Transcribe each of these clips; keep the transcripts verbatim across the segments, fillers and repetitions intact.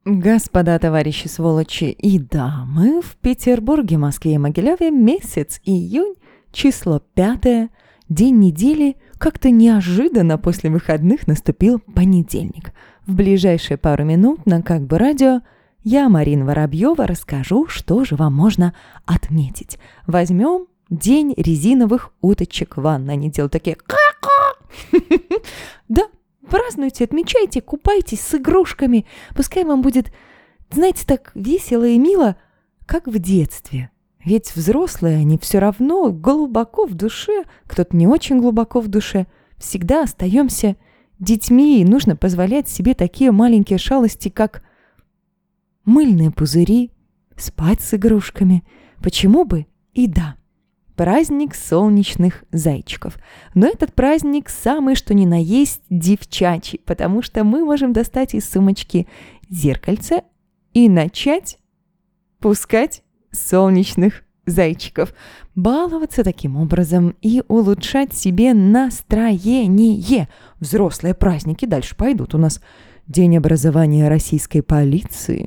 Господа, товарищи, сволочи и дамы, в Петербурге, Москве и Могилеве месяц июнь, число пятое, день недели, как-то неожиданно после выходных наступил понедельник. В ближайшие пару минут на «Как бы радио» я, Марина Воробьева, расскажу, что же вам можно отметить. Возьмем день резиновых уточек в ванной. Они делают такие «ка-ка». Да. Празднуйте, отмечайте, купайтесь с игрушками. Пускай вам будет, знаете, так весело и мило, как в детстве. Ведь взрослые, они все равно глубоко в душе, кто-то не очень глубоко в душе, всегда остаемся детьми, и нужно позволять себе такие маленькие шалости, как мыльные пузыри, спать с игрушками. Почему бы и да. Праздник солнечных зайчиков. Но этот праздник самый что ни на есть девчачий, потому что мы можем достать из сумочки зеркальце и начать пускать солнечных зайчиков. Баловаться таким образом и улучшать себе настроение. Взрослые праздники дальше пойдут. У нас День образования российской полиции,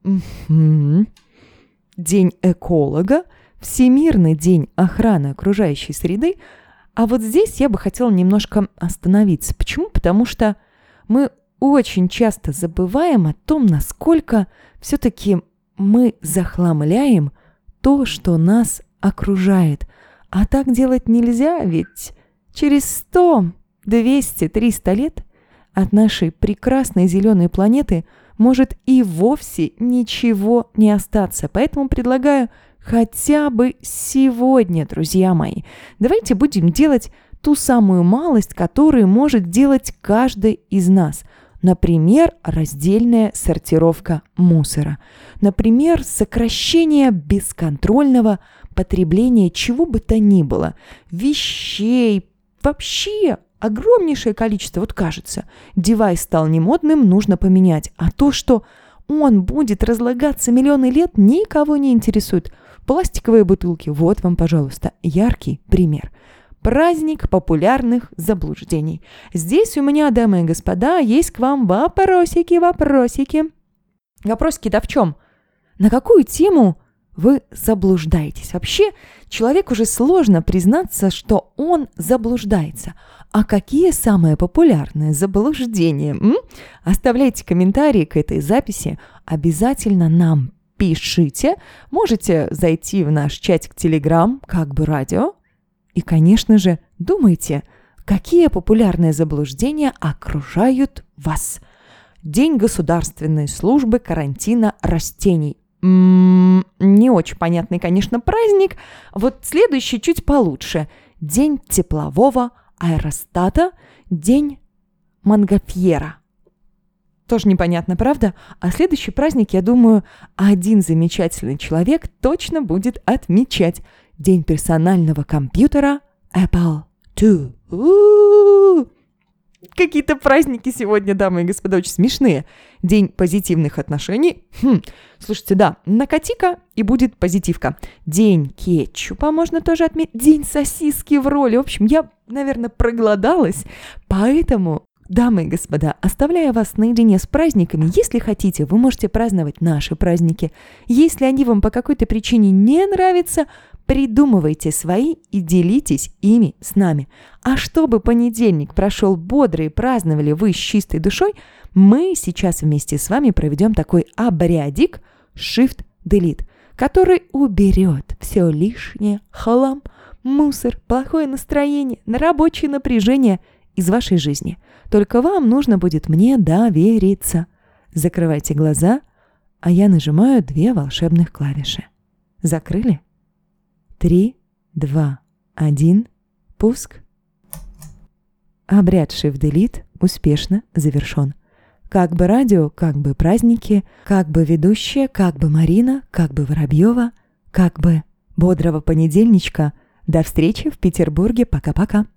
День эколога, Всемирный день охраны окружающей среды. А вот здесь я бы хотела немножко остановиться. Почему? Потому что мы очень часто забываем о том, насколько все-таки мы захламляем то, что нас окружает. А так делать нельзя, ведь через сто, двести, триста лет от нашей прекрасной зеленой планеты может и вовсе ничего не остаться. Поэтому предлагаю хотя бы сегодня, друзья мои, давайте будем делать ту самую малость, которую может делать каждый из нас. Например, раздельная сортировка мусора. Например, сокращение бесконтрольного потребления чего бы то ни было. Вещей, вообще огромнейшее количество. Вот кажется, девайс стал немодным, нужно поменять. А то, что он будет разлагаться миллионы лет, никого не интересует. Пластиковые бутылки. Вот вам, пожалуйста, яркий пример. Праздник популярных заблуждений. Здесь у меня, дамы и господа, есть к вам вопросики, вопросики. Вопросики-то в чем? На какую тему вы заблуждаетесь? Вообще, человеку уже сложно признаться, что он заблуждается. А какие самые популярные заблуждения? М? Оставляйте комментарии к этой записи. Обязательно нам пишите. Можете зайти в наш чатик Telegram, как бы радио. И, конечно же, думайте, какие популярные заблуждения окружают вас. День государственной службы карантина растений. М-м, не очень понятный, конечно, праздник. Вот следующий чуть получше. День теплового аэростата. День Монгольфьера. Тоже непонятно, правда? А следующий праздник, я думаю, один замечательный человек точно будет отмечать. День персонального компьютера Apple два. У-у-у! Какие-то праздники сегодня, дамы и господа, очень смешные. День позитивных отношений. Хм. Слушайте, да, накати-ка и будет позитивка. День кетчупа можно тоже отметить. День сосиски в роли. В общем, я, наверное, проголодалась. Поэтому, дамы и господа, оставляя вас наедине с праздниками, если хотите, вы можете праздновать наши праздники. Если они вам по какой-то причине не нравятся, придумывайте свои и делитесь ими с нами. А чтобы понедельник прошел бодро и праздновали вы с чистой душой, мы сейчас вместе с вами проведем такой обрядик Shift-Delete, который уберет все лишнее, хлам, мусор, плохое настроение, рабочее напряжение из вашей жизни. Только вам нужно будет мне довериться. Закрывайте глаза, а я нажимаю две волшебных клавиши. Закрыли? Три, два, один, пуск. Обряд Shift-Delete успешно завершен. Как бы радио, как бы праздники, как бы ведущая, как бы Марина, как бы Воробьева, как бы бодрого понедельничка. До встречи в Петербурге. Пока-пока.